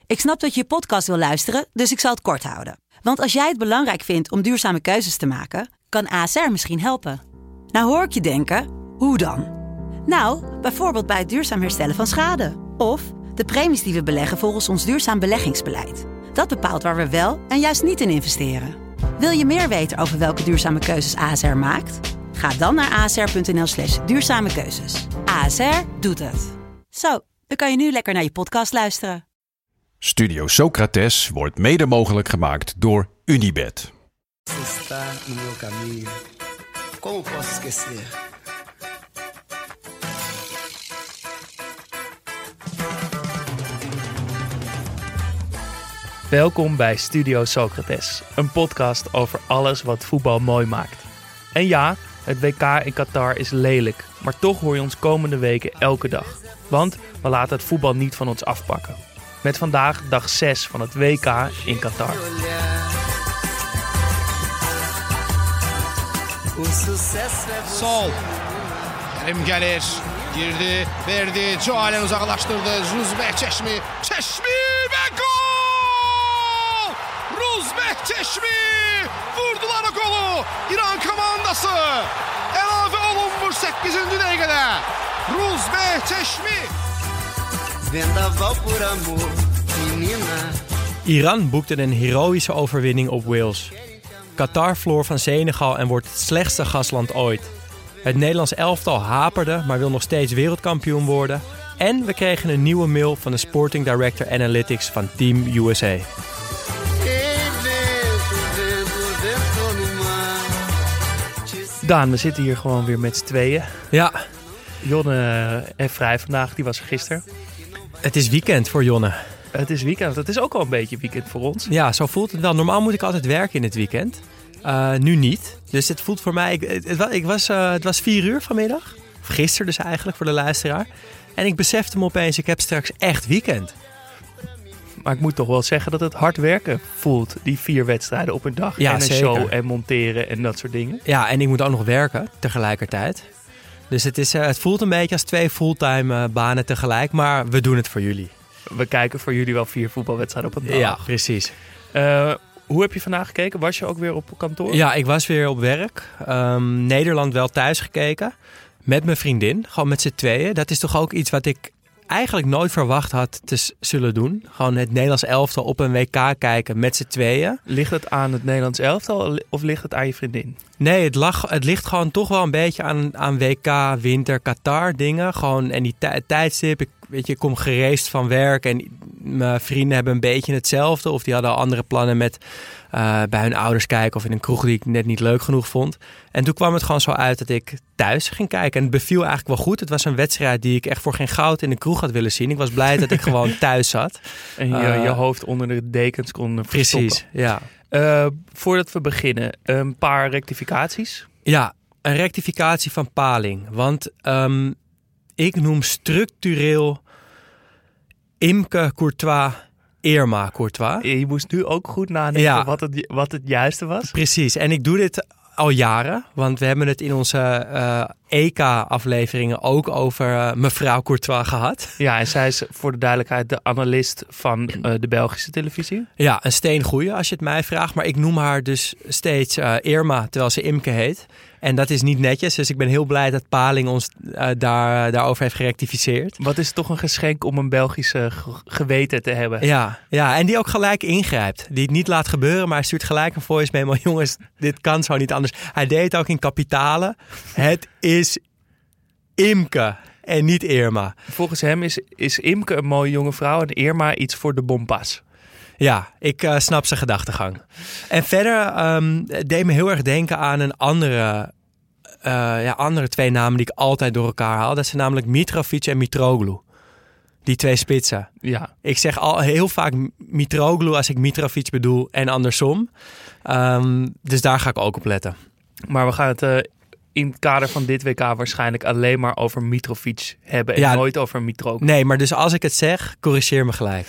Ik snap dat je podcast wil luisteren, dus ik zal het kort houden. Want als jij het belangrijk vindt om duurzame keuzes te maken, kan ASR misschien helpen. Nou hoor ik je denken, hoe dan? Nou, bijvoorbeeld bij het duurzaam herstellen van schade. Of de premies die we beleggen volgens ons duurzaam beleggingsbeleid. Dat bepaalt waar we wel en juist niet in investeren. Wil je meer weten over welke duurzame keuzes ASR maakt? Ga dan naar asr.nl/duurzame keuzes. ASR doet het. Zo, dan kan je nu lekker naar je podcast luisteren. Studio Socrates wordt mede mogelijk gemaakt door Unibet. Está no meu caminho. Como posso esquecer? Welkom bij Studio Socrates, een podcast over alles wat voetbal mooi maakt. En ja, het WK in Qatar is lelijk, maar toch hoor je ons komende weken elke dag. Want we laten het voetbal niet van ons afpakken. Met vandaag dag 6 van het WK in Qatar. Sol. Kerim gelir. Girdi, verdi. Çoğalen uzaklaştırdı. Ruzbeh Çeşmi. Çeşmi ve gol! Ruzbeh Çeşmi. Vurdular o golü. İran komandası. Elave olunmuş 8. dakikada. Ruzbeh Çeşmi. Vendaval por amor, menina. Iran boekte een heroïsche overwinning op Wales. Qatar verloor van Senegal en wordt het slechtste gastland ooit. Het Nederlands elftal haperde, maar wil nog steeds wereldkampioen worden. En we kregen een nieuwe mail van de Sporting Director Analytics van Team USA. Daan, we zitten hier gewoon weer met z'n tweeën. Ja, Jonne heeft vrij vandaag, die was er gisteren. het is weekend voor Jonne. Het is weekend, het is ook al een beetje weekend voor ons. Ja, zo voelt het wel. Normaal moet ik altijd werken in het weekend. Nu niet. Dus het voelt voor mij... Het was 4 uur vanmiddag. Of gisteren dus eigenlijk, voor de luisteraar. En ik besefte me opeens, ik heb straks echt weekend. Maar ik moet toch wel zeggen dat het hard werken voelt. Die 4 wedstrijden op een dag. Ja, en een zeker. show en monteren en dat soort dingen. Ja, en ik moet ook nog werken tegelijkertijd. Dus het voelt een beetje als 2 fulltime banen tegelijk. Maar we doen het voor jullie. We kijken voor jullie wel 4 voetbalwedstrijden op een dag. Ja, precies. Hoe heb je vandaag gekeken? Was je ook weer op kantoor? Ja, ik was weer op werk. Nederland wel thuis gekeken. Met mijn vriendin. Gewoon met z'n tweeën. Dat is toch ook iets wat ik eigenlijk nooit verwacht had te zullen doen. Gewoon het Nederlands elftal op een WK kijken met z'n tweeën. Ligt het aan het Nederlands elftal of ligt het aan je vriendin? Nee, het ligt gewoon toch wel een beetje aan WK, winter, Qatar dingen. Gewoon, en die tijdstip. Ik kom gereisd van werk en mijn vrienden hebben een beetje hetzelfde. Of die hadden al andere plannen met bij hun ouders kijken of in een kroeg die ik net niet leuk genoeg vond. En toen kwam het gewoon zo uit dat ik thuis ging kijken. En het beviel eigenlijk wel goed. Het was een wedstrijd die ik echt voor geen goud in de kroeg had willen zien. Ik was blij dat ik gewoon thuis zat. En je hoofd onder de dekens kon verstoppen. Precies, ja. Voordat we beginnen, een paar rectificaties. Ja, een rectificatie van Paling. Want ik noem structureel Imke Courtois Irma Courtois. Je moest nu ook goed nadenken wat het juiste was. Precies, en ik doe dit al jaren. Want we hebben het in onze EK-afleveringen ook over mevrouw Courtois gehad. Ja, en zij is voor de duidelijkheid de analist van de Belgische televisie. Ja, een steengoeie als je het mij vraagt. Maar ik noem haar dus steeds Irma, terwijl ze Imke heet. En dat is niet netjes, dus ik ben heel blij dat Paling ons daarover heeft gerectificeerd. Wat is toch een geschenk om een Belgische geweten te hebben. Ja, en die ook gelijk ingrijpt. Die het niet laat gebeuren, maar hij stuurt gelijk een voice memo. Jongens, dit kan zo niet anders. Hij deed het ook in kapitalen. Het is Imke en niet Irma. Volgens hem is Imke een mooie jonge vrouw en Irma iets voor de bompas. Ja, ik snap zijn gedachtegang. En verder deed me heel erg denken aan een andere 2 namen die ik altijd door elkaar haal. Dat zijn namelijk Mitrovic en Mitroglou. Die 2 spitsen. Ja. Ik zeg al heel vaak Mitroglou als ik Mitrovic bedoel en andersom. Dus daar ga ik ook op letten. Maar we gaan het in het kader van dit WK waarschijnlijk alleen maar over Mitrovic hebben en nooit over Mitroglou. Nee, maar dus als ik het zeg, corrigeer me gelijk.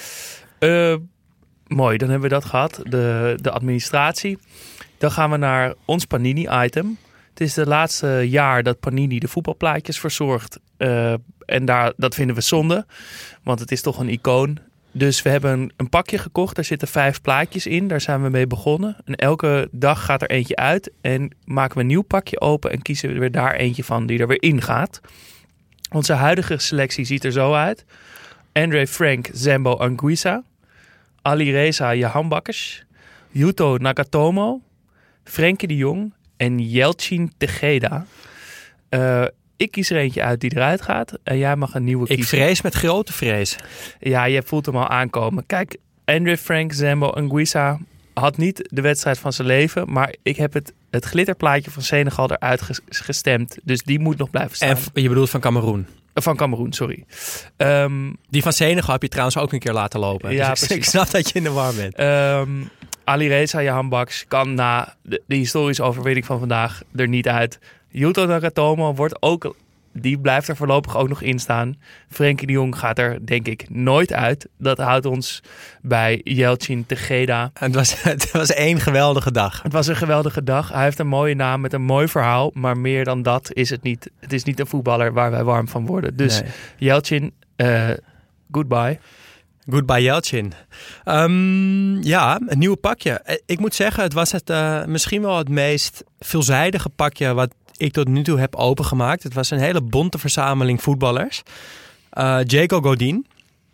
Mooi, dan hebben we dat gehad. De administratie. Dan gaan we naar ons Panini-item. Het is de laatste jaar dat Panini de voetbalplaatjes verzorgt. En dat vinden we zonde. Want het is toch een icoon. Dus we hebben een pakje gekocht. Daar zitten 5 plaatjes in. Daar zijn we mee begonnen. En elke dag gaat er eentje uit. En maken we een nieuw pakje open. En kiezen we er weer daar eentje van die er weer in gaat. Onze huidige selectie ziet er zo uit. Andre Frank Zembo Anguissa. Alireza Jahanbakhsh. Yuto Nagatomo. Frenkie de Jong. En Yelchin Tejeda. Ik kies er eentje uit die eruit gaat. En jij mag een nieuwe kiezen. Ik vrees met grote vrees. Ja, je voelt hem al aankomen. Kijk, Andre Frank Zembo Anguissa had niet de wedstrijd van zijn leven. Maar ik heb het glitterplaatje van Senegal eruit gestemd. Dus die moet nog blijven staan. En je bedoelt van Kameroen? Van Kameroen, sorry. Die van Senegal heb je trouwens ook een keer laten lopen. Ja, dus ik snap dat je in de war bent. Alireza Jahanbakhsh kan na de historische overwinning van vandaag er niet uit. Yuto Nagatomo die blijft er voorlopig ook nog in staan. Frenkie de Jong gaat er denk ik nooit uit. Dat houdt ons bij Yelchin Tejeda. Het was 1 geweldige dag. Het was een geweldige dag. Hij heeft een mooie naam met een mooi verhaal. Maar meer dan dat is het niet. Het is niet een voetballer waar wij warm van worden. Dus nee. Yelchin, goodbye. Goodbye Yelchin. Ja, een nieuwe pakje. Ik moet zeggen, het was misschien wel het meest veelzijdige pakje wat ik tot nu toe heb opengemaakt. Het was een hele bonte verzameling voetballers. Djeko Godin.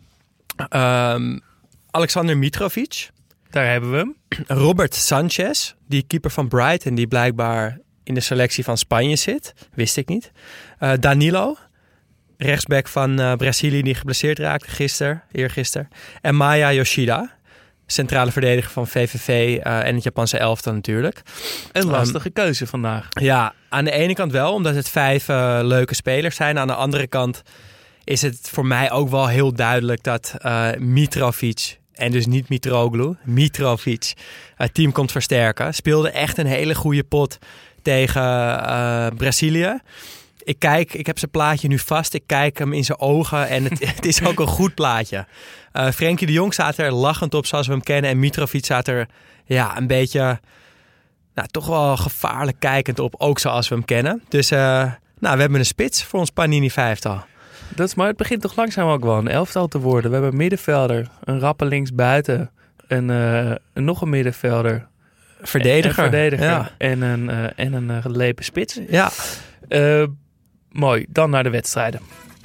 Alexander Mitrovic. Daar hebben we hem. Robert Sanchez, die keeper van Brighton, die blijkbaar in de selectie van Spanje zit. Wist ik niet. Danilo. Rechtsback van Brazilië die geblesseerd raakte eergisteren. En Maya Yoshida, centrale verdediger van VVV en het Japanse elftal natuurlijk. Een lastige keuze vandaag. Ja, aan de ene kant wel, omdat het 5 leuke spelers zijn. Aan de andere kant is het voor mij ook wel heel duidelijk dat Mitrovic, en dus niet Mitroglou, Mitrovic, het team komt versterken. Speelde echt een hele goede pot tegen Brazilië. Ik heb zijn plaatje nu vast. Ik kijk hem in zijn ogen en het is ook een goed plaatje. Frenkie de Jong staat er lachend op zoals we hem kennen. En Mitrovic staat er een beetje, toch wel gevaarlijk kijkend op. Ook zoals we hem kennen. Dus we hebben een spits voor ons Panini 5-tal. Dat is maar het begint toch langzaam ook wel een elftal te worden. We hebben een middenvelder, een rappe linksbuiten, nog een middenvelder. Verdediger. Ja. En een gelepen spits. Ja. Mooi, dan naar de wedstrijden.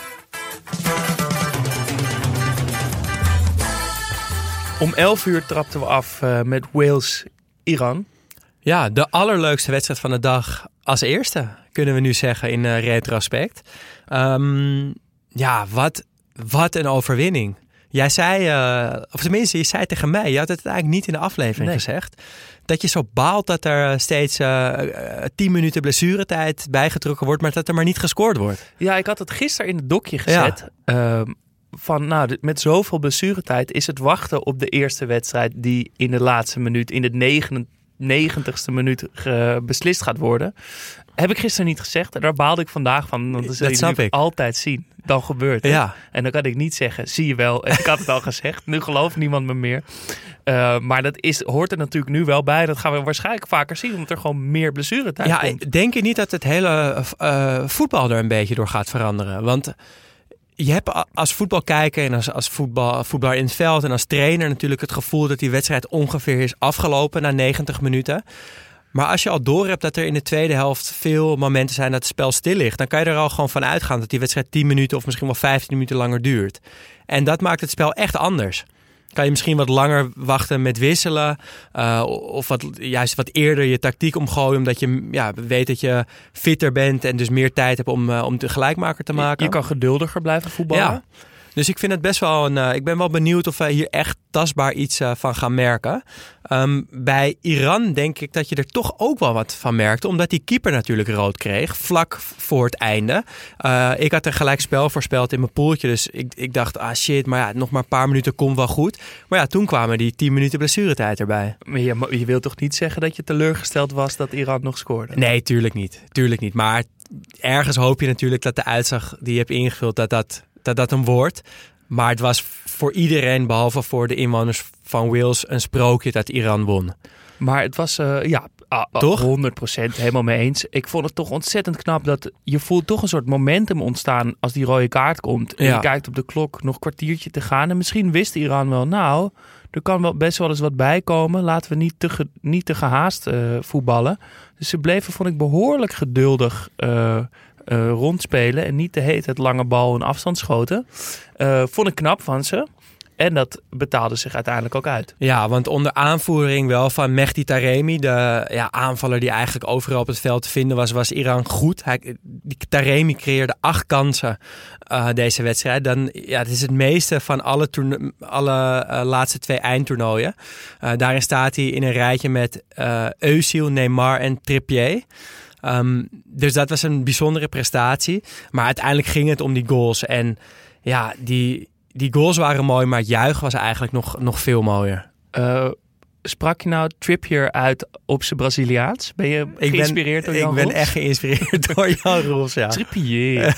Om 11:00 trapten we af met Wales-Iran. Ja, de allerleukste wedstrijd van de dag als eerste, kunnen we nu zeggen in retrospect. Wat een overwinning. Jij zei, of tenminste, je zei tegen mij, je had het eigenlijk niet in de aflevering gezegd, dat je zo baalt dat er steeds 10 minuten blessuretijd bijgetrokken wordt, maar dat er maar niet gescoord wordt. Ja, ik had het gisteren in het dokje gezet. Ja. Met zoveel blessuretijd is het wachten op de eerste wedstrijd die in de laatste minuut, in de 90ste minuut beslist gaat worden. Heb ik gisteren niet gezegd. Daar baalde ik vandaag van. Want dat zul je altijd zien. Dan gebeurt het. Ja. En dan kan ik niet zeggen, zie je wel. Ik had het al gezegd. Nu gelooft niemand me meer. Maar dat hoort er natuurlijk nu wel bij. Dat gaan we waarschijnlijk vaker zien. Omdat er gewoon meer blessuretijd komt. Denk je niet dat het hele voetbal er een beetje door gaat veranderen? Want je hebt als voetbalkijker en als voetballer in het veld en als trainer natuurlijk het gevoel dat die wedstrijd ongeveer is afgelopen na 90 minuten. Maar als je al door hebt dat er in de tweede helft veel momenten zijn dat het spel stil ligt, dan kan je er al gewoon van uitgaan dat die wedstrijd 10 minuten of misschien wel 15 minuten langer duurt. En dat maakt het spel echt anders. Kan je misschien wat langer wachten met wisselen. Of juist wat eerder je tactiek omgooien. Omdat je weet dat je fitter bent. En dus meer tijd hebt om de gelijkmaker te maken. Je kan geduldiger blijven voetballen. Ja. Dus ik vind het best wel ik ben wel benieuwd of we hier echt tastbaar iets van gaan merken. Bij Iran denk ik dat je er toch ook wel wat van merkte. Omdat die keeper natuurlijk rood kreeg. Vlak voor het einde. Ik had er gelijk spel voorspeld in mijn poeltje. Dus ik dacht, shit, maar nog maar een paar minuten komt wel goed. Maar ja, toen kwamen die 10 minuten blessuretijd erbij. Maar je wilt toch niet zeggen dat je teleurgesteld was dat Iran nog scoorde? Nee, tuurlijk niet. Maar ergens hoop je natuurlijk dat de uitslag die je hebt ingevuld, dat een wordt. Maar het was voor iedereen, behalve voor de inwoners van Wales, een sprookje dat Iran won. Maar het was Toch? 100% helemaal mee eens. Ik vond het toch ontzettend knap dat je voelt toch een soort momentum ontstaan als die rode kaart komt. En je kijkt op de klok, nog een kwartiertje te gaan. En misschien wist Iran wel, nou, er kan wel best wel eens wat bij komen. Laten we niet te gehaast voetballen. Dus ze bleven, vond ik, behoorlijk geduldig rondspelen. En niet de hele tijd lange bal en afstandsschoten. Vond ik knap van ze. En dat betaalde zich uiteindelijk ook uit. Ja, want onder aanvoering wel van Mehdi Taremi, de aanvaller die eigenlijk overal op het veld te vinden was Iran goed. Taremi creëerde 8 kansen deze wedstrijd. Het is het meeste van alle laatste 2 eindtoernooien. Daarin staat hij in een rijtje met Özil, Neymar en Trippier. Dus dat was een bijzondere prestatie. Maar uiteindelijk ging het om die goals. En ja, die goals waren mooi, maar het juichen was eigenlijk nog veel mooier. Sprak je nou Trippier uit op zijn Braziliaans? Ben je geïnspireerd door Jan Roels? Ik ben echt geïnspireerd door Jan Roels, ja. Trippier.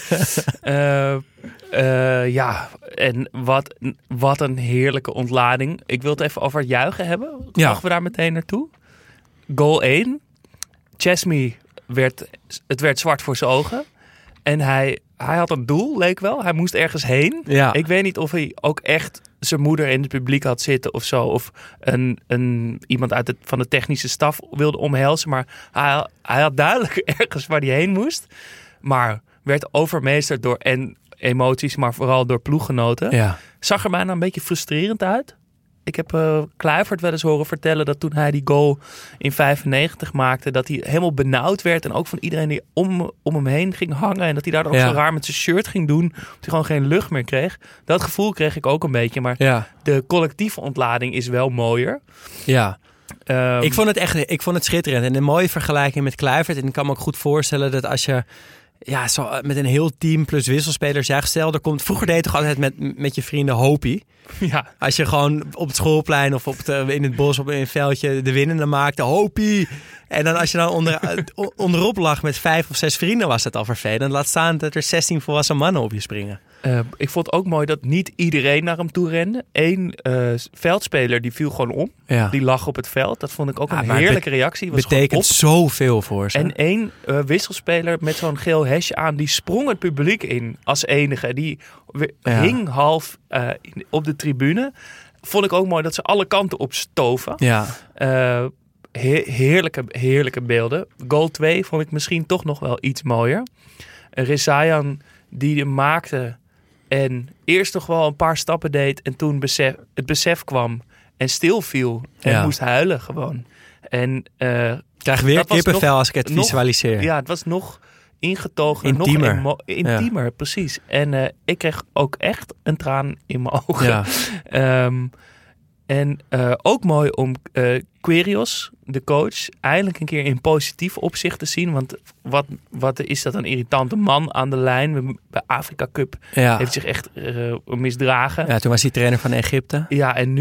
En wat een heerlijke ontlading. Ik wil het even over het juichen hebben. Mogen we daar meteen naartoe? Goal 1. Chesney werd zwart voor zijn ogen. En hij had een doel, leek wel. Hij moest ergens heen. Ja. Ik weet niet of hij ook echt zijn moeder in het publiek had zitten of zo. Of iemand van de technische staf wilde omhelzen. Maar hij had duidelijk ergens waar hij heen moest. Maar werd overmeesterd door emoties, maar vooral door ploeggenoten. Ja. Zag er bijna een beetje frustrerend uit. Ik heb Kluivert wel eens horen vertellen dat toen hij die goal in 95 maakte, dat hij helemaal benauwd werd. En ook van iedereen die om hem heen ging hangen. En dat hij daar ook zo raar met zijn shirt ging doen. Dat hij gewoon geen lucht meer kreeg. Dat gevoel kreeg ik ook een beetje. Maar de collectieve ontlading is wel mooier. Ja. Ik vond het schitterend. En een mooie vergelijking met Kluivert. En ik kan me ook goed voorstellen dat als je zo met een heel team plus wisselspelers vroeger deed je toch altijd met je vrienden hopie. Ja. Als je gewoon op het schoolplein of in het bos op een veldje de winnende maakte, hopie. En dan als je dan onderop lag met 5 of 6 vrienden, was het al vervelend. Laat staan dat er 16 volwassen mannen op je springen. Ik vond het ook mooi dat niet iedereen naar hem toe rende. Eén veldspeler die viel gewoon om. Ja. Die lag op het veld. Dat vond ik ook een heerlijke reactie. Het betekent zoveel voor ze. En één wisselspeler met zo'n geel hesje aan, die sprong het publiek in als enige. Die hing half op de tribune. Vond ik ook mooi dat ze alle kanten op stoven. Ja. Heerlijke beelden. Goal 2 vond ik misschien toch nog wel iets mooier. Rezayan die hem maakte en eerst nog wel een paar stappen deed en toen het besef kwam en stilviel en moest huilen gewoon. En krijg weer kippenvel als ik het visualiseer. Ja, het was nog ingetogen, intiemer. Nog intiemer, precies. En ik kreeg ook echt een traan in mijn ogen. Ja. En ook mooi om Quirios, de coach, eindelijk een keer in positief opzicht te zien. Want wat is dat een irritante man aan de lijn. Bij Afrika Cup heeft zich echt misdragen. Ja, toen was hij trainer van Egypte. Ja, en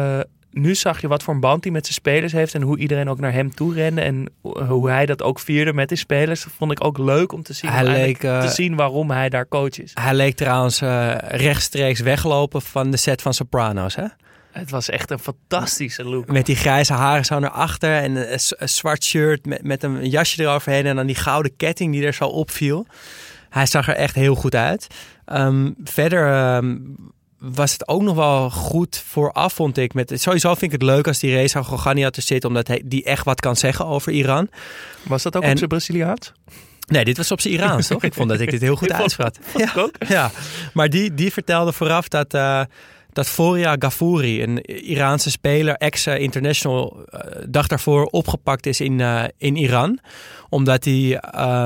nu zag je wat voor een band hij met zijn spelers heeft. En hoe iedereen ook naar hem toe rende. En hoe hij dat ook vierde met die spelers. Dat vond ik ook leuk om te zien. Te zien waarom hij daar coach is. Hij leek trouwens rechtstreeks weglopen van de set van Sopranos, hè? Het was echt een fantastische look. Met die grijze haren zo naar achter en een zwart shirt met een jasje eroverheen en dan die gouden ketting die er zo opviel. Hij zag er echt heel goed uit. Verder was het ook nog wel goed vooraf, vond ik. Sowieso vind ik het leuk als die Reza Ghoghaniyat er zit, omdat die echt wat kan zeggen over Iran. Was dat ook op zijn Braziliaans? Nee, dit was op zijn Iraans, toch? Ik vond dat ik dit heel goed uitsprak. Ja, maar die vertelde vooraf dat Foria Ghafouri, een Iraanse speler, ex-international, dag daarvoor opgepakt is in Iran. Omdat hij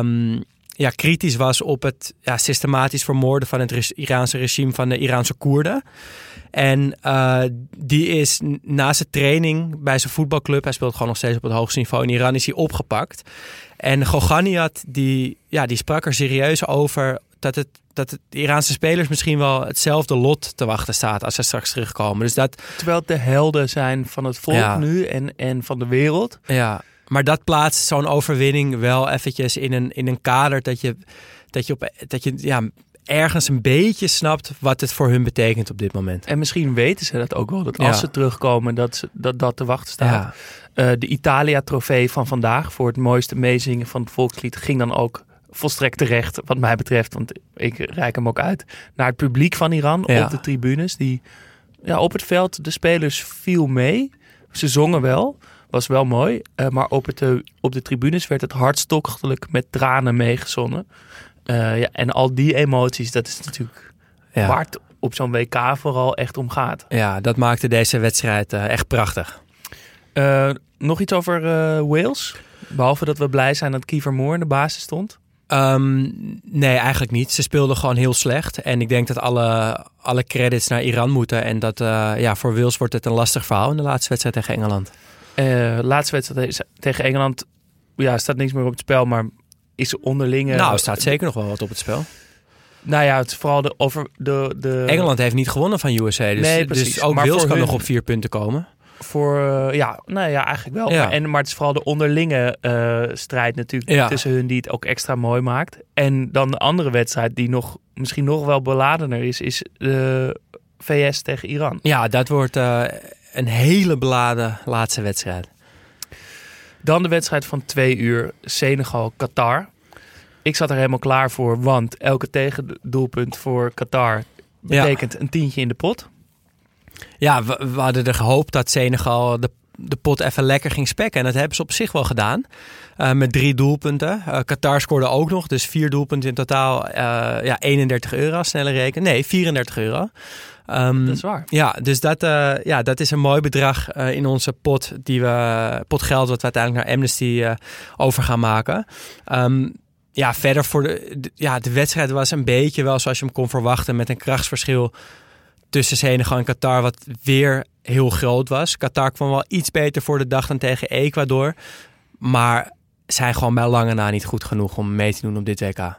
kritisch was op het systematisch vermoorden van het Iraanse regime van de Iraanse Koerden. En die is na zijn training bij zijn voetbalclub, hij speelt gewoon nog steeds op het hoogste niveau in Iran, is hij opgepakt. En Ghoghaniyat, die sprak er serieus over dat de Iraanse spelers misschien wel hetzelfde lot te wachten staat als ze straks terugkomen. Dus terwijl het de helden zijn van het volk nu en van de wereld. Ja, maar dat plaatst zo'n overwinning wel eventjes in een kader dat je ergens een beetje snapt wat het voor hun betekent op dit moment. En misschien weten ze dat ook wel. Dat als ze terugkomen, dat te wachten staat. Ja. De Italia-trofee van vandaag voor het mooiste meezingen van het volkslied ging dan ook volstrekt terecht, wat mij betreft. Want ik reik hem ook uit naar het publiek van Iran op de tribunes. Die op het veld, de spelers viel mee. Ze zongen wel. Was wel mooi. Maar op de tribunes werd het hartstochtelijk met tranen meegezongen. En al die emoties, dat is natuurlijk waar het op zo'n WK vooral echt om gaat. Ja, dat maakte deze wedstrijd echt prachtig. Nog iets over Wales? Behalve dat we blij zijn dat Kiefer Moore in de basis stond. Nee, eigenlijk niet. Ze speelden gewoon heel slecht. En ik denk dat alle credits naar Iran moeten. En dat voor Wales wordt het een lastig verhaal in de laatste wedstrijd tegen Engeland. Laatste wedstrijd tegen Engeland, staat niks meer op het spel, maar is onderlinge... Nou, staat zeker nog wel wat op het spel. Nou ja, het is vooral over de... Engeland heeft niet gewonnen van USA, dus ook Wales kan nog op 4 punten komen. Eigenlijk wel. Ja. Maar het is vooral de onderlinge strijd natuurlijk tussen hun die het ook extra mooi maakt. En dan de andere wedstrijd die misschien nog wel beladener is de VS tegen Iran. Ja, dat wordt een hele beladen laatste wedstrijd. Dan de wedstrijd van 2 uur, Senegal-Qatar. Ik zat er helemaal klaar voor, want elke tegendoelpunt voor Qatar betekent een tientje in de pot. Ja, we hadden er gehoopt dat Senegal de pot even lekker ging spekken. En dat hebben ze op zich wel gedaan. Met 3 doelpunten. Qatar scoorde ook nog. Dus 4 doelpunten in totaal. €31, snelle reken. Nee, €34. Dat is waar. Ja, dus dat is een mooi bedrag in onze pot geld wat we uiteindelijk naar Amnesty over gaan maken. Verder voor de wedstrijd was een beetje wel zoals je hem kon verwachten, met een krachtsverschil tussen Senegal en Qatar, wat weer heel groot was. Qatar kwam wel iets beter voor de dag dan tegen Ecuador, maar zijn gewoon bij lange na niet goed genoeg om mee te doen op dit WK.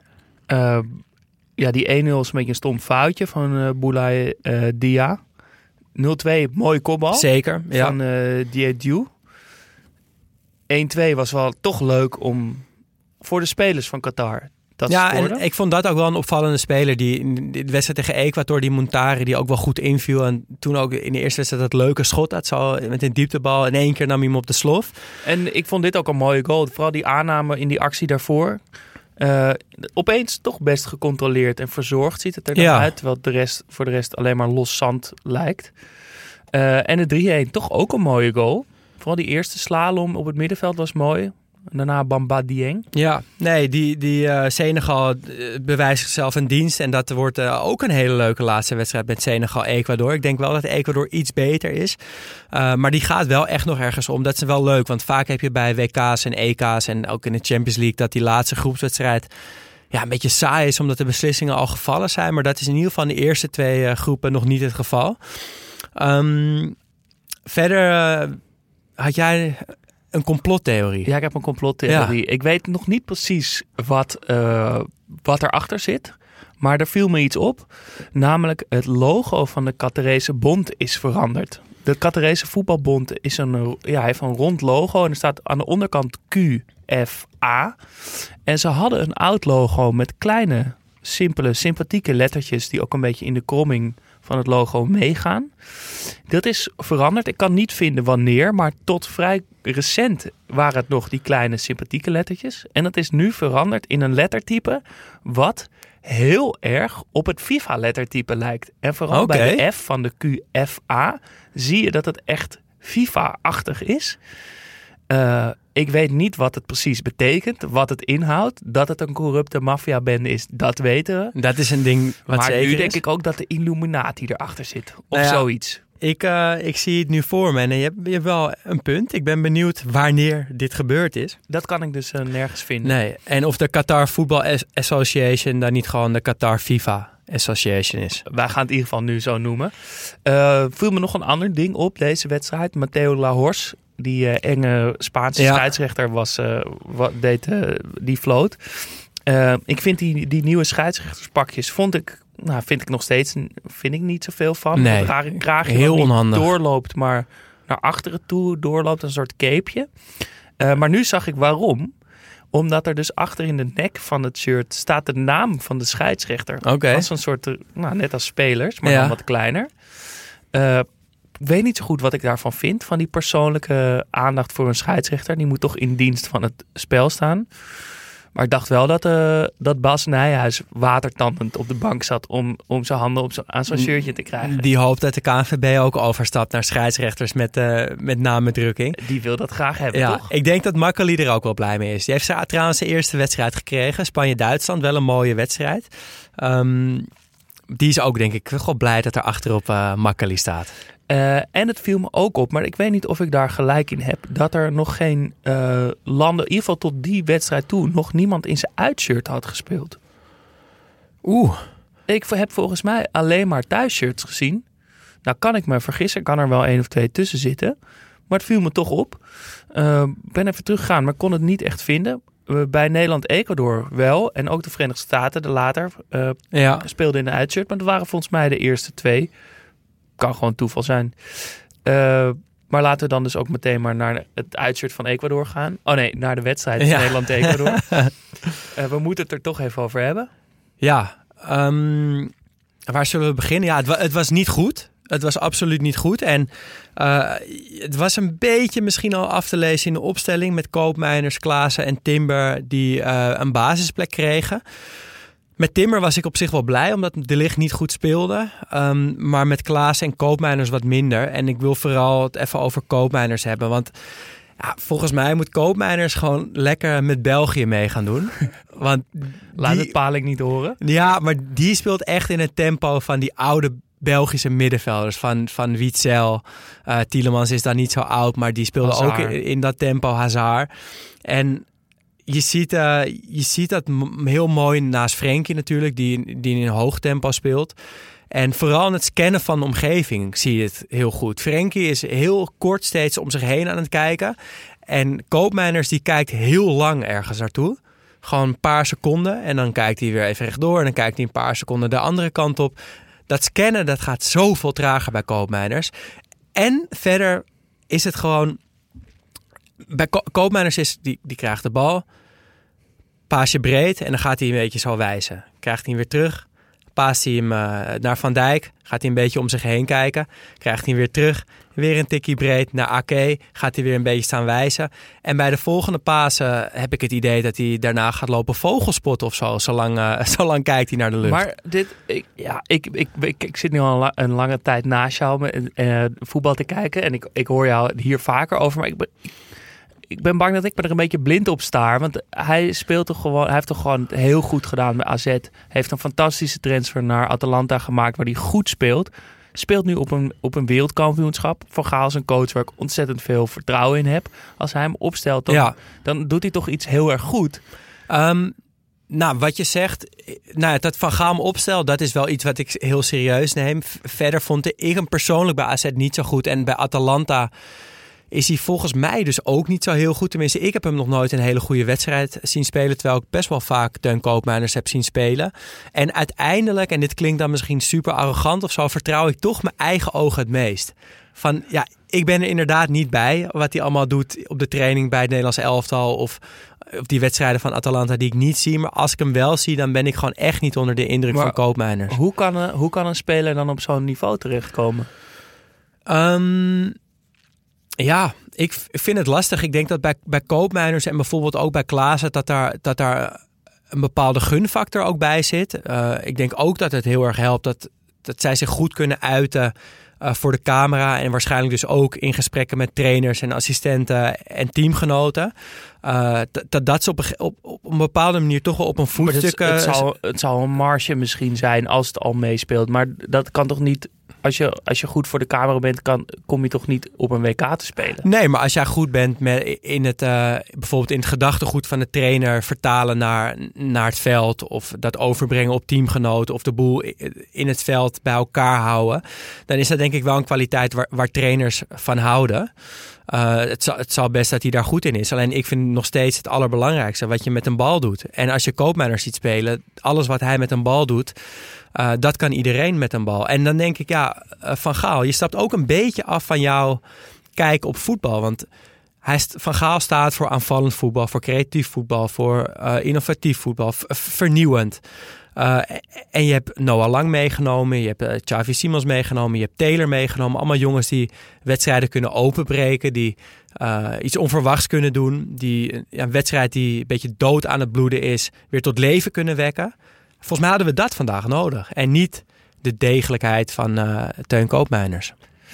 Die 1-0 is een beetje een stom foutje van Boulaye Dia. 0-2, mooie kopbal. Zeker, ja. Van Diédhiou. 1-2 was wel toch leuk om voor de spelers van Qatar. En ik vond dat ook wel een opvallende speler. Die in de wedstrijd tegen Ecuador, die Montari, die ook wel goed inviel. En toen ook in de eerste wedstrijd dat leuke schot had. Zo met een dieptebal. In 1 keer nam hij hem op de slof. En ik vond dit ook een mooie goal. Vooral die aanname in die actie daarvoor. Opeens toch best gecontroleerd en verzorgd ziet het er dan uit. Terwijl het voor de rest alleen maar los zand lijkt. En de 3-1 toch ook een mooie goal. Vooral die eerste slalom op het middenveld was mooi. En daarna Bamba Dieng. Ja, nee, die Senegal bewijst zichzelf een dienst. En dat wordt ook een hele leuke laatste wedstrijd met Senegal-Ecuador. Ik denk wel dat Ecuador iets beter is. Maar die gaat wel echt nog ergens om. Dat is wel leuk, want vaak heb je bij WK's en EK's en ook in de Champions League dat die laatste groepswedstrijd een beetje saai is, omdat de beslissingen al gevallen zijn. Maar dat is in ieder geval in de eerste 2 groepen nog niet het geval. Verder had jij een complottheorie. Ja, ik heb een complottheorie. Ja. Ik weet nog niet precies wat erachter zit. Maar er viel me iets op. Namelijk het logo van de Qatarese Bond is veranderd. De Qatarese Voetbalbond heeft een rond logo. En er staat aan de onderkant QFA. En ze hadden een oud logo met kleine, simpele, sympathieke lettertjes die ook een beetje in de kromming van het logo meegaan. Dat is veranderd. Ik kan niet vinden wanneer, maar tot vrij recent waren het nog die kleine sympathieke lettertjes. En dat is nu veranderd in een lettertype wat heel erg op het FIFA-lettertype lijkt. En vooral bij de F van de QFA zie je dat het echt FIFA-achtig is. Ik weet niet wat het precies betekent, wat het inhoudt. Dat het een corrupte maffiabende is, dat weten we. Dat is een ding wat maar zeker is. Maar nu denk ik ook dat de Illuminati erachter zit. Of zoiets. Ik zie het nu voor me en je hebt wel een punt. Ik ben benieuwd wanneer dit gebeurd is. Dat kan ik dus nergens vinden. Nee, en of de Qatar Football Association dan niet gewoon de Qatar FIFA Association is. Wij gaan het in ieder geval nu zo noemen. Viel me nog een ander ding op deze wedstrijd. Matteo Lahors, die enge Spaanse scheidsrechter die floot. Ik vind die nieuwe scheidsrechterspakjes vind ik nog steeds niet zoveel van. Nee, kraagje heel niet onhandig. Doorloopt, maar naar achteren toe doorloopt, een soort capeje. Maar nu zag ik waarom. Omdat er dus achter in de nek van het shirt staat de naam van de scheidsrechter. Oké. Als een soort, net als spelers, maar dan wat kleiner. Ik weet niet zo goed wat ik daarvan vind. Van die persoonlijke aandacht voor een scheidsrechter. Die moet toch in dienst van het spel staan. Maar ik dacht wel dat Bas Nijhuis watertandend op de bank zat om zijn handen aan zo'n shirtje te krijgen. Die hoopt dat de KNVB ook overstapt naar scheidsrechters met naambedrukking. Die wil dat graag hebben, toch? Ik denk dat Makkeli er ook wel blij mee is. Die heeft trouwens zijn eerste wedstrijd gekregen. Spanje-Duitsland, wel een mooie wedstrijd. Die is ook, denk ik, wel blij dat er achterop Makkeli staat. En het viel me ook op, maar ik weet niet of ik daar gelijk in heb, dat er nog geen landen, in ieder geval tot die wedstrijd toe, nog niemand in zijn uitshirt had gespeeld. Ik heb volgens mij alleen maar thuisshirts gezien. Nou kan ik me vergissen, kan er wel 1 of 2 tussen zitten. Maar het viel me toch op. Ik ben even teruggegaan, maar kon het niet echt vinden. Bij Nederland-Ecuador wel. En ook de Verenigde Staten, de later, speelden in de uitshirt. Maar dat waren volgens mij de eerste 2. Kan gewoon toeval zijn. Maar laten we dan dus ook meteen maar naar het uitshirt van Ecuador gaan. Oh nee, naar de wedstrijd van Nederland-Ecuador. We moeten het er toch even over hebben. Ja, waar zullen we beginnen? Ja, het was niet goed. Het was absoluut niet goed. En het was een beetje misschien al af te lezen in de opstelling met Koopmeiners, Klaassen en Timber die een basisplek kregen. Met Timber was ik op zich wel blij, omdat De Ligt niet goed speelde. Maar met Klaassen en Koopmeiners wat minder. En ik wil vooral het even over Koopmeiners hebben. Want volgens mij moet Koopmeiners gewoon lekker met België mee gaan doen. Want laat het Paling niet horen. Ja, maar die speelt echt in het tempo van die oude Belgische middenvelders. Van Witsel. Tielemans is dan niet zo oud, maar die speelde Hazard. Ook in dat tempo. Hazard. En je ziet dat heel mooi naast Frenkie natuurlijk, die in een hoog tempo speelt. En vooral in het scannen van de omgeving zie je het heel goed. Frenkie is heel kort steeds om zich heen aan het kijken. En Koopmeiners die kijkt heel lang ergens naartoe. Gewoon een paar seconden. En dan kijkt hij weer even rechtdoor. En dan kijkt hij een paar seconden de andere kant op. Dat scannen, dat gaat zoveel trager bij Koopmeiners. En verder is het gewoon... Bij Koopmeiners is, die krijgt de bal, paasje breed en dan gaat hij een beetje zo wijzen. Krijgt hij hem weer terug, paast hij hem naar Van Dijk, gaat hij een beetje om zich heen kijken. Krijgt hij hem weer terug, weer een tikkie breed naar Ake, gaat hij weer een beetje staan wijzen. En bij de volgende pasen heb ik het idee dat hij daarna gaat lopen vogelspotten of zo. Zo lang kijkt hij naar de lucht. Maar ik zit nu al een lange tijd naast jou voetbal te kijken. En ik hoor jou hier vaker over, maar ik ben bang dat ik me er een beetje blind op staar. Want hij heeft toch gewoon heel goed gedaan met AZ. Heeft een fantastische transfer naar Atalanta gemaakt waar hij goed speelt. Speelt nu op een wereldkampioenschap. Van Gaal is een coach waar ik ontzettend veel vertrouwen in heb. Als hij hem opstelt, dan doet hij toch iets heel erg goed. Wat je zegt, dat Van Gaal hem opstelt, dat is wel iets wat ik heel serieus neem. Verder vond ik hem persoonlijk bij AZ niet zo goed. En bij Atalanta is hij volgens mij dus ook niet zo heel goed. Tenminste, ik heb hem nog nooit een hele goede wedstrijd zien spelen, terwijl ik best wel vaak Teun Koopmeiners heb zien spelen. En uiteindelijk, en dit klinkt dan misschien super arrogant of zo, vertrouw ik toch mijn eigen ogen het meest. Ik ben er inderdaad niet bij wat hij allemaal doet op de training bij het Nederlands elftal of die wedstrijden van Atalanta die ik niet zie. Maar als ik hem wel zie, dan ben ik gewoon echt niet onder de indruk van Koopmeiners. Hoe kan een speler dan op zo'n niveau terechtkomen? Ik vind het lastig. Ik denk dat bij Koopmeiners en bijvoorbeeld ook bij Klaassen dat daar een bepaalde gunfactor ook bij zit. Ik denk ook dat het heel erg helpt dat zij zich goed kunnen uiten voor de camera. En waarschijnlijk dus ook in gesprekken met trainers en assistenten en teamgenoten. Dat ze op een bepaalde manier toch wel op een voetstuk... Het zal een marge misschien zijn als het al meespeelt. Maar dat kan toch niet... Als je goed voor de camera bent, kom je toch niet op een WK te spelen? Nee, maar als jij goed bent bijvoorbeeld in het gedachtegoed van de trainer vertalen naar het veld, of dat overbrengen op teamgenoten, of de boel in het veld bij elkaar houden, dan is dat denk ik wel een kwaliteit waar trainers van houden. Het zal best dat hij daar goed in is. Alleen ik vind nog steeds het allerbelangrijkste wat je met een bal doet. En als je Koopmeiners ziet spelen, alles wat hij met een bal doet, dat kan iedereen met een bal. En dan denk ik, Van Gaal, je stapt ook een beetje af van jouw kijk op voetbal. Want Van Gaal staat voor aanvallend voetbal, voor creatief voetbal, voor innovatief voetbal, vernieuwend. En je hebt Noah Lang meegenomen, je hebt Xavi Simons meegenomen, je hebt Taylor meegenomen. Allemaal jongens die wedstrijden kunnen openbreken, die iets onverwachts kunnen doen. Die een wedstrijd die een beetje dood aan het bloeden is, weer tot leven kunnen wekken. Volgens mij hadden we dat vandaag nodig. En niet de degelijkheid van Teun Koopmeiners.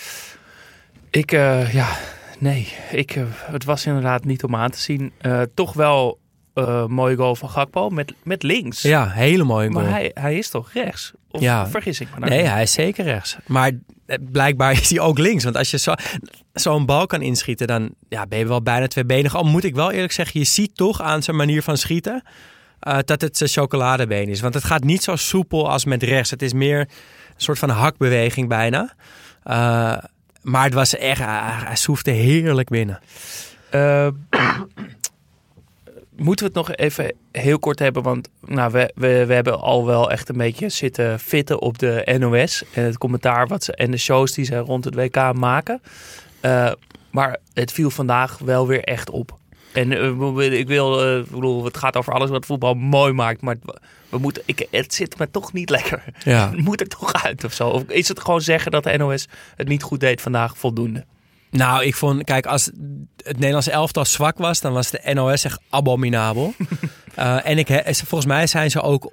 Het was inderdaad niet om aan te zien. Toch wel mooie goal van Gakpo met links. Ja, hele mooie goal. Maar hij is toch rechts? Of vergis ik me nou? Nee, hij is zeker rechts. Maar blijkbaar is hij ook links. Want als je zo'n bal kan inschieten, dan ben je wel bijna tweebenig. Al moet ik wel eerlijk zeggen, je ziet toch aan zijn manier van schieten dat het zijn chocoladebeen is. Want het gaat niet zo soepel als met rechts. Het is meer een soort van hakbeweging bijna. Maar het was echt, hij soefde heerlijk binnen. Moeten we het nog even heel kort hebben? Want we hebben al wel echt een beetje zitten fitten op de NOS. En het commentaar en de shows die ze rond het WK maken. Maar het viel vandaag wel weer echt op. En het gaat over alles wat voetbal mooi maakt. Maar het zit me toch niet lekker. Ja. Het moet er toch uit of zo. Of is het gewoon zeggen dat de NOS het niet goed deed vandaag voldoende? Nou, ik vond, kijk, als het Nederlandse elftal zwak was, dan was de NOS echt abominabel. Volgens mij zijn ze ook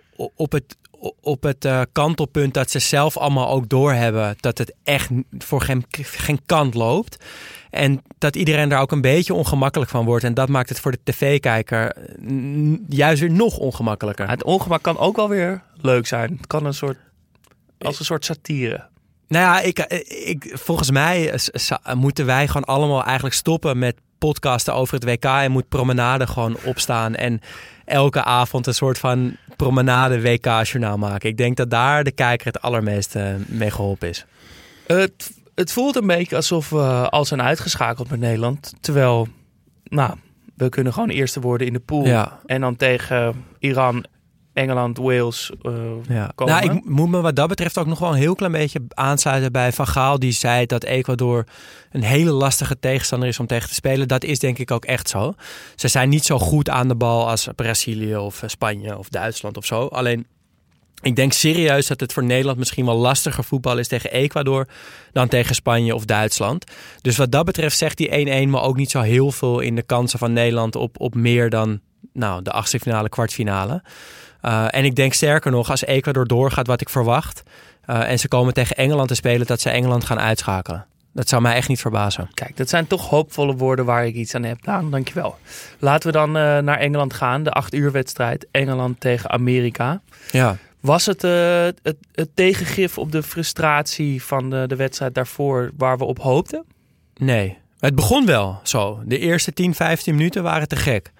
op het kantelpunt dat ze zelf allemaal ook doorhebben dat het echt voor geen kant loopt. En dat iedereen daar ook een beetje ongemakkelijk van wordt. En dat maakt het voor de tv-kijker juist weer nog ongemakkelijker. Het ongemak kan ook wel weer leuk zijn. Het kan als een soort satire. Nou ja, volgens mij moeten wij gewoon allemaal eigenlijk stoppen met podcasten over het WK en moet Promenade gewoon opstaan en elke avond een soort van Promenade WK-journaal maken. Ik denk dat daar de kijker het allermeest mee geholpen is. Het voelt een beetje alsof we al zijn uitgeschakeld met Nederland. Terwijl, we kunnen gewoon eerste worden in de pool. Ja. En dan tegen Iran, Engeland, Wales komen. Ik moet me wat dat betreft ook nog wel een heel klein beetje aansluiten bij Van Gaal. Die zei dat Ecuador een hele lastige tegenstander is om tegen te spelen. Dat is denk ik ook echt zo. Ze zijn niet zo goed aan de bal als Brazilië of Spanje of Duitsland of zo. Alleen, ik denk serieus dat het voor Nederland misschien wel lastiger voetbal is tegen Ecuador dan tegen Spanje of Duitsland. Dus wat dat betreft zegt die 1-1 me ook niet zo heel veel in de kansen van Nederland op meer dan de achtste finale, kwartfinale. En ik denk sterker nog, als Ecuador doorgaat wat ik verwacht en ze komen tegen Engeland te spelen, dat ze Engeland gaan uitschakelen. Dat zou mij echt niet verbazen. Kijk, dat zijn toch hoopvolle woorden waar ik iets aan heb. Nou, dankjewel. Laten we dan naar Engeland gaan. De 8 uur wedstrijd. Engeland tegen Amerika. Ja. Was het het tegengif op de frustratie van de wedstrijd daarvoor waar we op hoopten? Nee. Het begon wel zo. De eerste 10, 15 minuten waren te gek.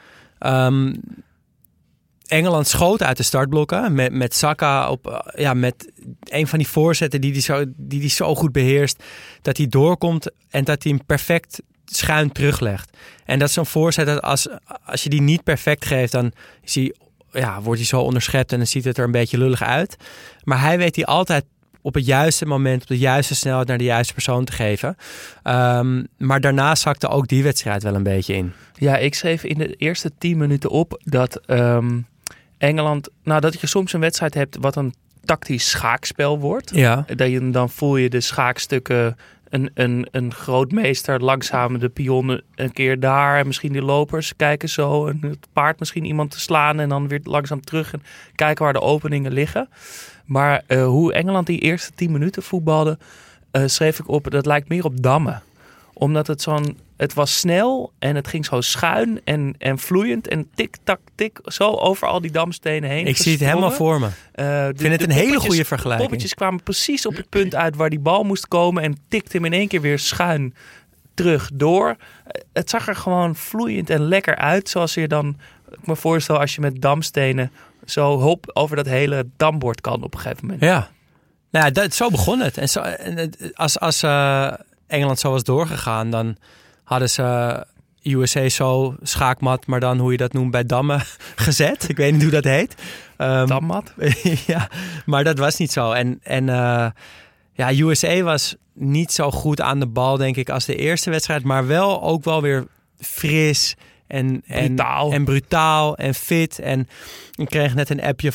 Engeland schoot uit de startblokken met Saka met een van die voorzetten die zo goed beheerst, dat hij doorkomt en dat hij hem perfect schuin teruglegt. En dat is zo'n voorzet dat als je die niet perfect geeft, dan wordt hij zo onderschept en dan ziet het er een beetje lullig uit. Maar hij weet die altijd op het juiste moment, op de juiste snelheid naar de juiste persoon te geven. Maar daarna zakte ook die wedstrijd wel een beetje in. Ja, ik schreef in de eerste 10 minuten op dat Engeland, dat je soms een wedstrijd hebt wat een tactisch schaakspel wordt. Ja. Dan voel je de schaakstukken, een grootmeester langzaam de pionnen een keer daar en misschien die lopers kijken zo en het paard misschien iemand te slaan en dan weer langzaam terug en kijken waar de openingen liggen. Maar hoe Engeland die eerste 10 minuten voetbalde, schreef ik op, dat lijkt meer op dammen. Omdat het was snel en het ging zo schuin en vloeiend en tik, tak, tik, zo over al die damstenen heen. Ik zie het helemaal voor me. Ik vind het een hele goede vergelijking. De poppetjes kwamen precies op het punt uit waar die bal moest komen en tikte hem in één keer weer schuin terug door. Het zag er gewoon vloeiend en lekker uit, zoals je dan, ik me voorstel als je met damstenen zo hop over dat hele dambord kan op een gegeven moment. Ja, zo begon het. En als Engeland zo was doorgegaan, dan hadden ze USA zo schaakmat, maar dan hoe je dat noemt bij dammen gezet. Ik weet niet hoe dat heet. Dammat? Ja, maar dat was niet zo. En USA was niet zo goed aan de bal, denk ik, als de eerste wedstrijd, maar ook wel weer fris en brutaal en fit. En ik kreeg net een appje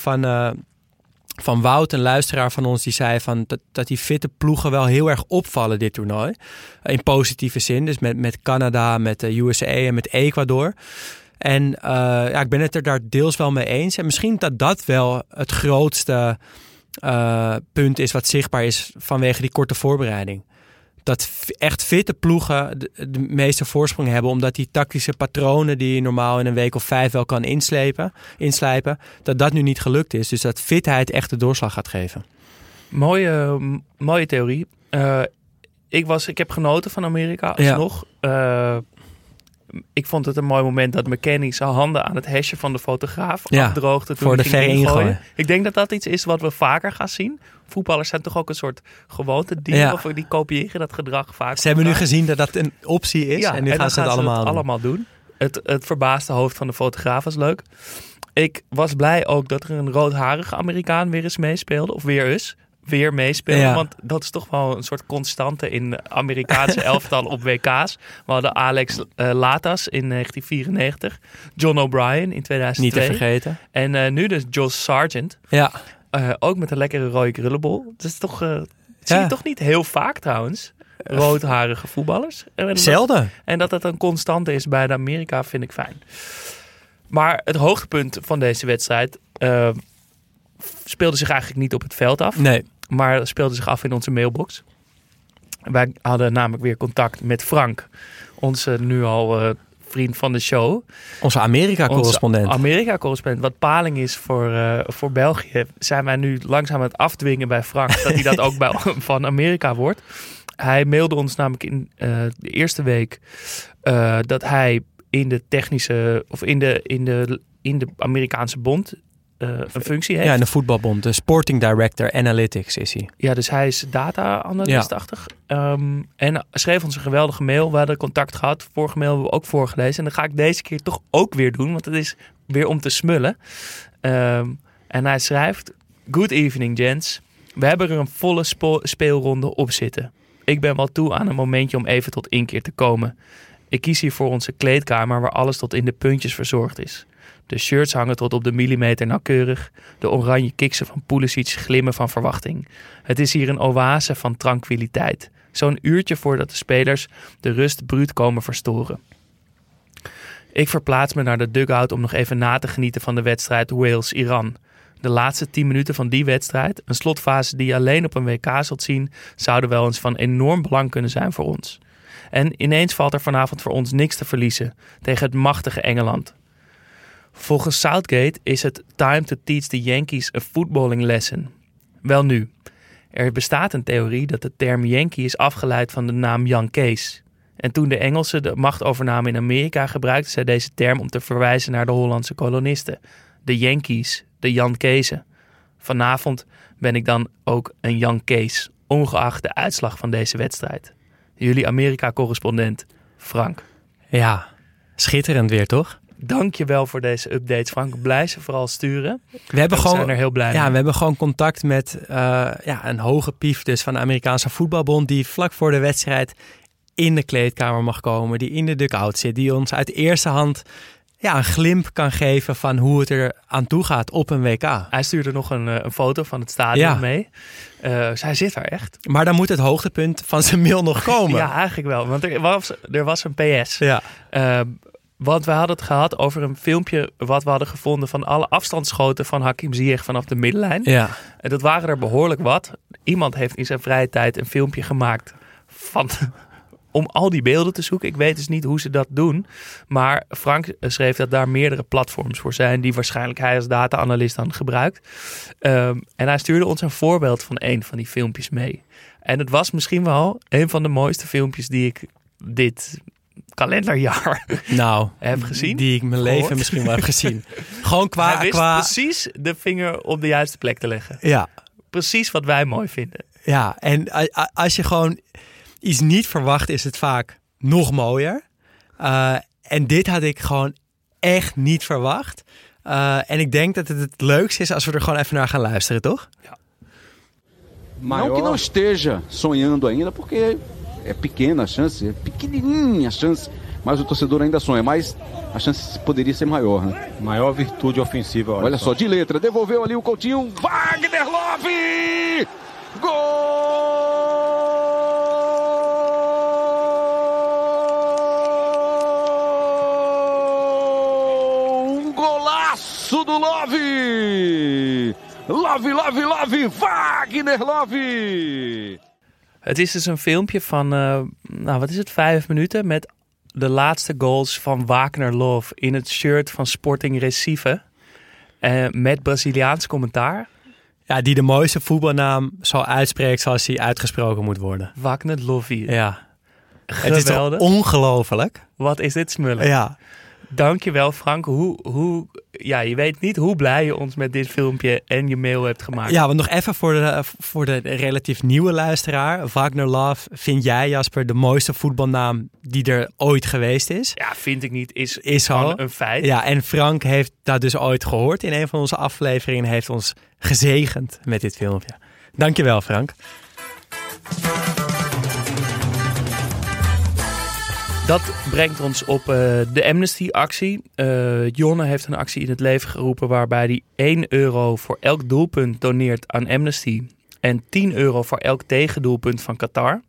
van Wout, een luisteraar van ons, die zei dat die fitte ploegen wel heel erg opvallen dit toernooi. In positieve zin, dus met Canada, met de USA en met Ecuador. En ik ben het er daar deels wel mee eens. En misschien dat wel het grootste punt is wat zichtbaar is vanwege die korte voorbereiding. Dat echt fitte ploegen de meeste voorsprong hebben, omdat die tactische patronen die je normaal in een week of 5 wel kan inslijpen, dat nu niet gelukt is. Dus dat fitheid echt de doorslag gaat geven. Mooie theorie. Ik heb genoten van Amerika alsnog. Ja. Ik vond het een mooi moment dat McKennie zijn handen aan het hesje van de fotograaf afdroogde. Toen voor de verre ingooien. Ik denk dat iets is wat we vaker gaan zien. Voetballers zijn toch ook een soort gewoonte dieren. Of die kopiëren dat gedrag vaak. Ze hebben nu gezien dat een optie is. En nu gaan ze het allemaal doen. Het verbaasde hoofd van de fotograaf was leuk. Ik was blij ook dat er een roodharige Amerikaan weer eens meespeelde. Of weer meespelen. Ja. Want dat is toch wel een soort constante in Amerikaanse elftal op WK's. We hadden Alex Latas in 1994. John O'Brien in 2002. Niet te vergeten. En nu dus Josh Sargent. Ja. Ook met een lekkere rode krullenbol. Dat is toch, zie je toch niet heel vaak trouwens. Roodharige voetballers. Zelden. En dat het een constante is bij de Amerika vind ik fijn. Maar het hoogtepunt van deze wedstrijd speelde zich eigenlijk niet op het veld af. Nee. Maar speelde zich af in onze mailbox. Wij hadden namelijk weer contact met Frank. Onze nu al vriend van de show. Onze Amerika-correspondent. Wat paling is voor België. Zijn wij nu langzaam aan het afdwingen bij Frank. Dat hij dat ook van Amerika wordt. Hij mailde ons namelijk in de eerste week. Dat hij in de technische. Of in de Amerikaanse bond een functie heeft. Ja, in de voetbalbond. De Sporting Director Analytics is hij. Ja, dus hij is data-analystachtig. En schreef ons een geweldige mail. We hadden contact gehad. Vorige mail hebben we ook voorgelezen. En dat ga ik deze keer toch ook weer doen. Want het is weer om te smullen. En hij schrijft: Good evening, gents. We hebben er een volle speelronde op zitten. Ik ben wel toe aan een momentje om even tot inkeer te komen. Ik kies hier voor onze kleedkamer waar alles tot in de puntjes verzorgd is. De shirts hangen tot op de millimeter nauwkeurig. De oranje kiksen van Pulisic glimmen van verwachting. Het is hier een oase van tranquiliteit. Zo'n uurtje voordat de spelers de rust bruut komen verstoren. Ik verplaats me naar de dugout om nog even na te genieten van de wedstrijd Wales-Iran. De laatste 10 minuten van die wedstrijd, een slotfase die je alleen op een WK zult zien, zouden wel eens van enorm belang kunnen zijn voor ons. En ineens valt er vanavond voor ons niks te verliezen tegen het machtige Engeland. Volgens Southgate is het time to teach the Yankees a footballing lesson. Welnu, er bestaat een theorie dat de term Yankee is afgeleid van de naam Jan Kees. En toen de Engelsen de macht overnamen in Amerika, gebruikten zij deze term om te verwijzen naar de Hollandse kolonisten. De Yankees, de Jan Keesen. Vanavond ben ik dan ook een Jan Kees, ongeacht de uitslag van deze wedstrijd. Jullie Amerika-correspondent, Frank. Ja, schitterend weer, toch? Dank je wel voor deze updates, Frank. Blijf ze vooral sturen. We zijn er heel blij mee. We hebben gewoon contact met een hoge pief dus van de Amerikaanse voetbalbond, die vlak voor de wedstrijd in de kleedkamer mag komen, die in de dugout zit, die ons uit eerste hand een glimp kan geven van hoe het er aan toe gaat op een WK. Hij stuurde nog een foto van het stadion mee. Dus hij zit daar echt. Maar dan moet het hoogtepunt van zijn mail nog komen. Ja, eigenlijk wel. Want er was een PS. Ja. Want we hadden het gehad over een filmpje wat we hadden gevonden van alle afstandsschoten van Hakim Ziyech vanaf de middenlijn. Ja. En dat waren er behoorlijk wat. Iemand heeft in zijn vrije tijd een filmpje gemaakt om al die beelden te zoeken. Ik weet dus niet hoe ze dat doen. Maar Frank schreef dat daar meerdere platforms voor zijn die waarschijnlijk hij als data-analyst dan gebruikt. En hij stuurde ons een voorbeeld van een van die filmpjes mee. En het was misschien wel een van de mooiste filmpjes die ik dit kalenderjaar heb gezien. Die ik mijn leven misschien wel heb gezien. Gewoon Hij wist precies de vinger op de juiste plek te leggen. Ja. Precies wat wij mooi vinden. Ja, en als je gewoon iets niet verwacht, is het vaak nog mooier. En dit had ik gewoon echt niet verwacht. En ik denk dat het leukste is als we er gewoon even naar gaan luisteren, toch? Ja. Não que não esteja sonhando ainda, porque é pequena a chance, é pequenininha a chance, Mas o torcedor ainda sonha, mas a chance poderia ser maior, né? Maior virtude ofensiva. Olha só, de letra, devolveu ali o Coutinho, Wagner Love! Gol! Golaço do Love! Love, Love, Love! Wagner Love! Het is dus een filmpje van, 5 minuten met de laatste goals van Wagner Love in het shirt van Sporting Recife. Met Braziliaans commentaar. Ja, die de mooiste voetbalnaam zal uitspreken zoals die uitgesproken moet worden. Wagner Love. Ja. Geweldig. Het is toch ongelooflijk? Wat is dit smullen? Ja. Dankjewel Frank. Je weet niet hoe blij je ons met dit filmpje en je mail hebt gemaakt. Ja, want nog even voor de relatief nieuwe luisteraar. Wagner Love, vind jij, Jasper, de mooiste voetbalnaam die er ooit geweest is? Ja, vind ik niet. Is gewoon een feit. Ja, en Frank heeft dat dus ooit gehoord in een van onze afleveringen en heeft ons gezegend met dit filmpje. Dankjewel, Frank. Dat brengt ons op de Amnesty-actie. Jonne heeft een actie in het leven geroepen waarbij hij €1 voor elk doelpunt doneert aan Amnesty. En €10 voor elk tegendoelpunt van Qatar.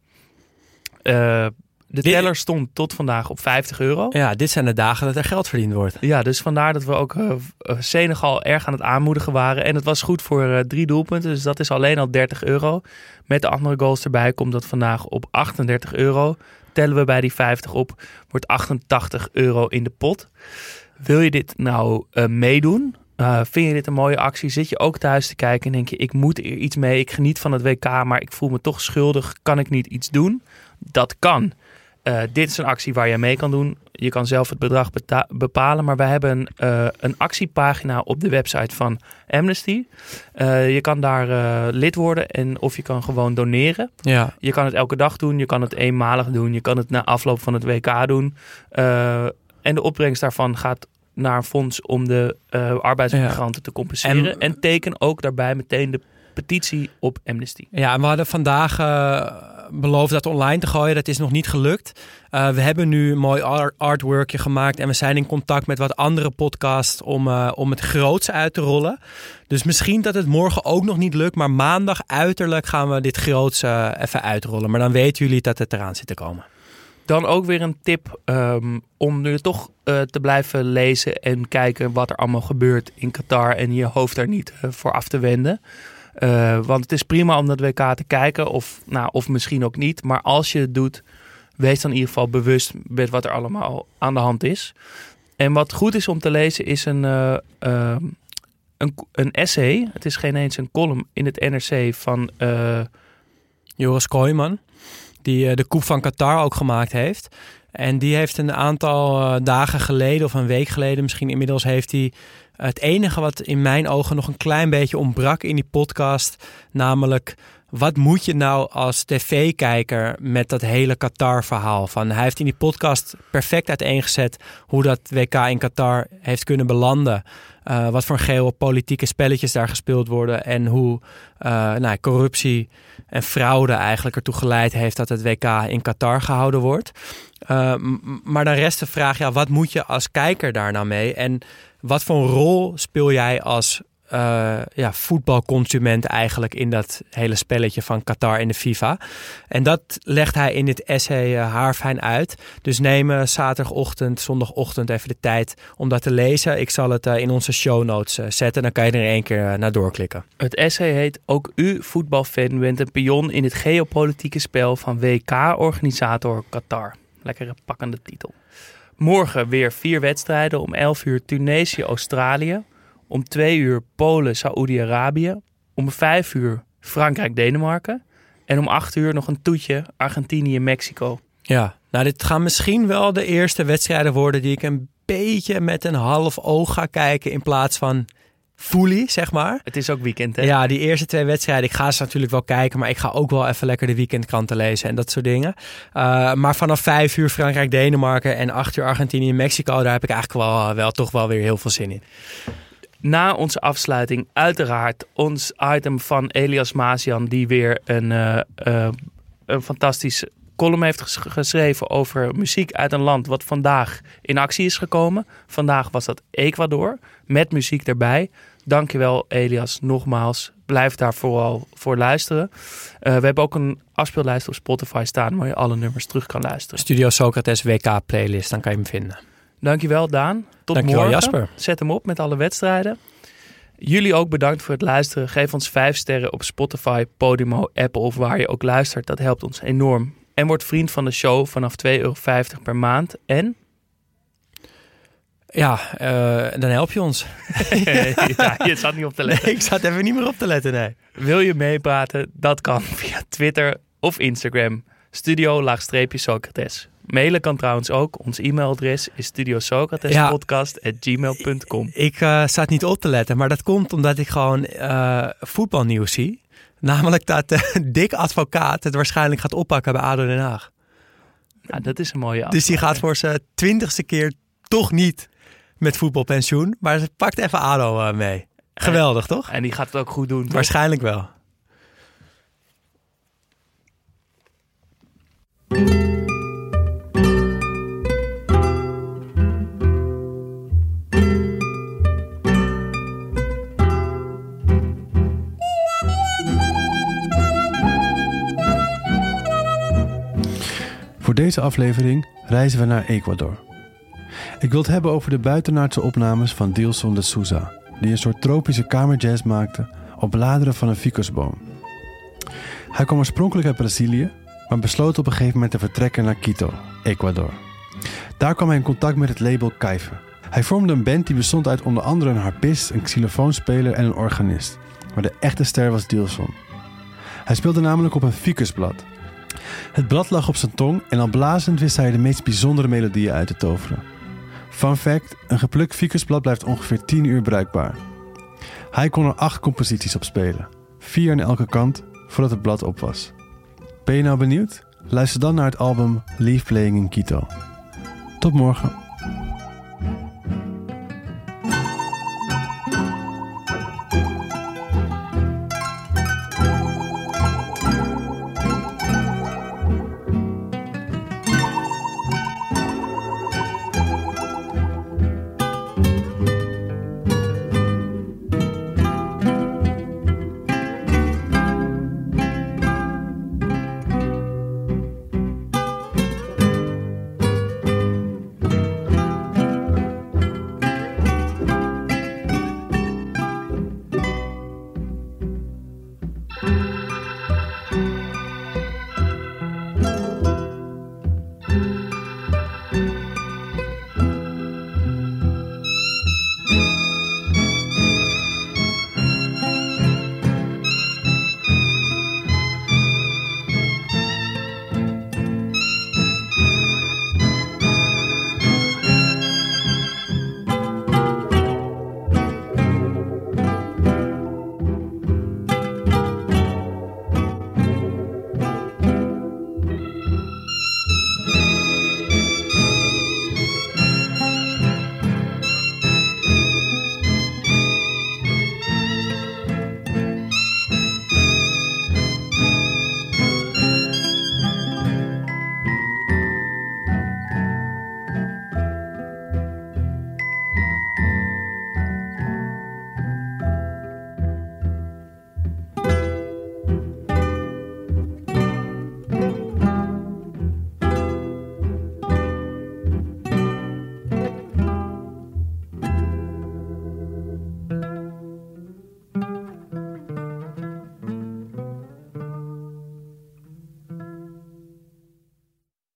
De teller stond tot vandaag op €50. Ja, dit zijn de dagen dat er geld verdiend wordt. Ja, dus vandaar dat we ook Senegal erg aan het aanmoedigen waren. En het was goed voor 3 doelpunten, dus dat is alleen al €30. Met de andere goals erbij komt dat vandaag op €38. Tellen we bij die 50 op, wordt €88 in de pot. Wil je dit nou meedoen? Vind je dit een mooie actie? Zit je ook thuis te kijken en denk je, ik moet er iets mee. Ik geniet van het WK, maar ik voel me toch schuldig. Kan ik niet iets doen? Dat kan. Dit is een actie waar je mee kan doen. Je kan zelf het bedrag bepalen. Maar wij hebben een actiepagina op de website van Amnesty. Je kan daar lid worden of je kan gewoon doneren. Ja. Je kan het elke dag doen. Je kan het eenmalig doen. Je kan het na afloop van het WK doen. En de opbrengst daarvan gaat naar een fonds om de arbeidsmigranten te compenseren. En teken ook daarbij meteen de petitie op Amnesty. Ja, en we hadden vandaag beloofd dat online te gooien. Dat is nog niet gelukt. We hebben nu een mooi artworkje gemaakt. En we zijn in contact met wat andere podcasts om het groots uit te rollen. Dus misschien dat het morgen ook nog niet lukt. Maar maandag uiterlijk gaan we dit groots even uitrollen. Maar dan weten jullie dat het eraan zit te komen. Dan ook weer een tip om nu toch te blijven lezen en kijken wat er allemaal gebeurt in Qatar. En je hoofd er niet voor af te wenden. Want het is prima om dat WK te kijken of misschien ook niet. Maar als je het doet, wees dan in ieder geval bewust met wat er allemaal aan de hand is. En wat goed is om te lezen is een essay. Het is geen eens een column in het NRC van Joris Kooijman. Die de Coupe van Qatar ook gemaakt heeft. En die heeft een aantal dagen geleden of een week geleden misschien inmiddels heeft hij het enige wat in mijn ogen nog een klein beetje ontbrak in die podcast. Namelijk, wat moet je nou als tv-kijker met dat hele Qatar-verhaal? Hij heeft in die podcast perfect uiteengezet hoe dat WK in Qatar heeft kunnen belanden. Wat voor geopolitieke spelletjes daar gespeeld worden. En hoe corruptie en fraude eigenlijk ertoe geleid heeft dat het WK in Qatar gehouden wordt. Maar dan rest de vraag, wat moet je als kijker daar nou mee? En wat voor een rol speel jij als voetbalconsument eigenlijk in dat hele spelletje van Qatar en de FIFA? En dat legt hij in dit essay haarfijn uit. Dus neem zaterdagochtend, zondagochtend even de tijd om dat te lezen. Ik zal het in onze show notes zetten. Dan kan je er 1 keer naar doorklikken. Het essay heet Ook u, voetbalfan, bent een pion in het geopolitieke spel van WK-organisator Qatar. Lekkere pakkende titel. Morgen weer 4 wedstrijden. Om 11 uur Tunesië, Australië. Om 2 uur Polen, Saoedi-Arabië. Om 5 uur Frankrijk, Denemarken. En om 8 uur nog een toetje Argentinië, Mexico. Ja, dit gaan misschien wel de eerste wedstrijden worden die ik een beetje met een half oog ga kijken in plaats van fully, zeg maar. Het is ook weekend, hè? Ja, die eerste 2 wedstrijden, ik ga ze natuurlijk wel kijken, maar ik ga ook wel even lekker de weekendkranten lezen en dat soort dingen. Maar vanaf 5 uur Frankrijk, Denemarken en 8 uur Argentinië, Mexico, daar heb ik eigenlijk toch wel weer heel veel zin in. Na onze afsluiting uiteraard ons item van Elias Mazian, die weer een fantastisch column heeft geschreven over muziek uit een land wat vandaag in actie is gekomen. Vandaag was dat Ecuador, met muziek erbij. Dankjewel Elias, nogmaals. Blijf daar vooral voor luisteren. We hebben ook een afspeellijst op Spotify staan waar je alle nummers terug kan luisteren. Studio Socrates WK playlist, dan kan je hem vinden. Dankjewel Daan. Tot Dankjewel, morgen. Jasper. Zet hem op met alle wedstrijden. Jullie ook bedankt voor het luisteren. Geef ons 5 sterren op Spotify, Podimo, Apple of waar je ook luistert. Dat helpt ons enorm. En word vriend van de show vanaf €2,50 per maand. En? Ja, dan help je ons. Ja, je zat niet op te letten. Nee, ik zat even niet meer op te letten, nee. Wil je meepraten? Dat kan via Twitter of Instagram. Studio-Socrates. Mailen kan trouwens ook. Ons e-mailadres is studiosocratespodcast@gmail.com. Ik zat niet op te letten, maar dat komt omdat ik gewoon voetbalnieuws zie. Namelijk dat Dick Advocaat het waarschijnlijk gaat oppakken bij ADO Den Haag. Nou, dat is een mooie afspraak. Dus die gaat voor zijn 20ste keer toch niet met voetbalpensioen. Maar ze pakt even ADO mee. Geweldig, toch? En die gaat het ook goed doen, toch? Waarschijnlijk wel. Voor deze aflevering reizen we naar Ecuador. Ik wil het hebben over de buitenaardse opnames van Dilson de Souza, die een soort tropische kamerjazz maakte op bladeren van een ficusboom. Hij kwam oorspronkelijk uit Brazilië, maar besloot op een gegeven moment te vertrekken naar Quito, Ecuador. Daar kwam hij in contact met het label Kaife. Hij vormde een band die bestond uit onder andere een harpist, een xylofoonspeler en een organist. Maar de echte ster was Dilson. Hij speelde namelijk op een ficusblad. Het blad lag op zijn tong en al blazend wist hij de meest bijzondere melodieën uit te toveren. Fun fact, een geplukt ficusblad blijft ongeveer 10 uur bruikbaar. Hij kon er 8 composities op spelen. 4 aan elke kant, voordat het blad op was. Ben je nou benieuwd? Luister dan naar het album Leave Playing in Quito. Tot morgen.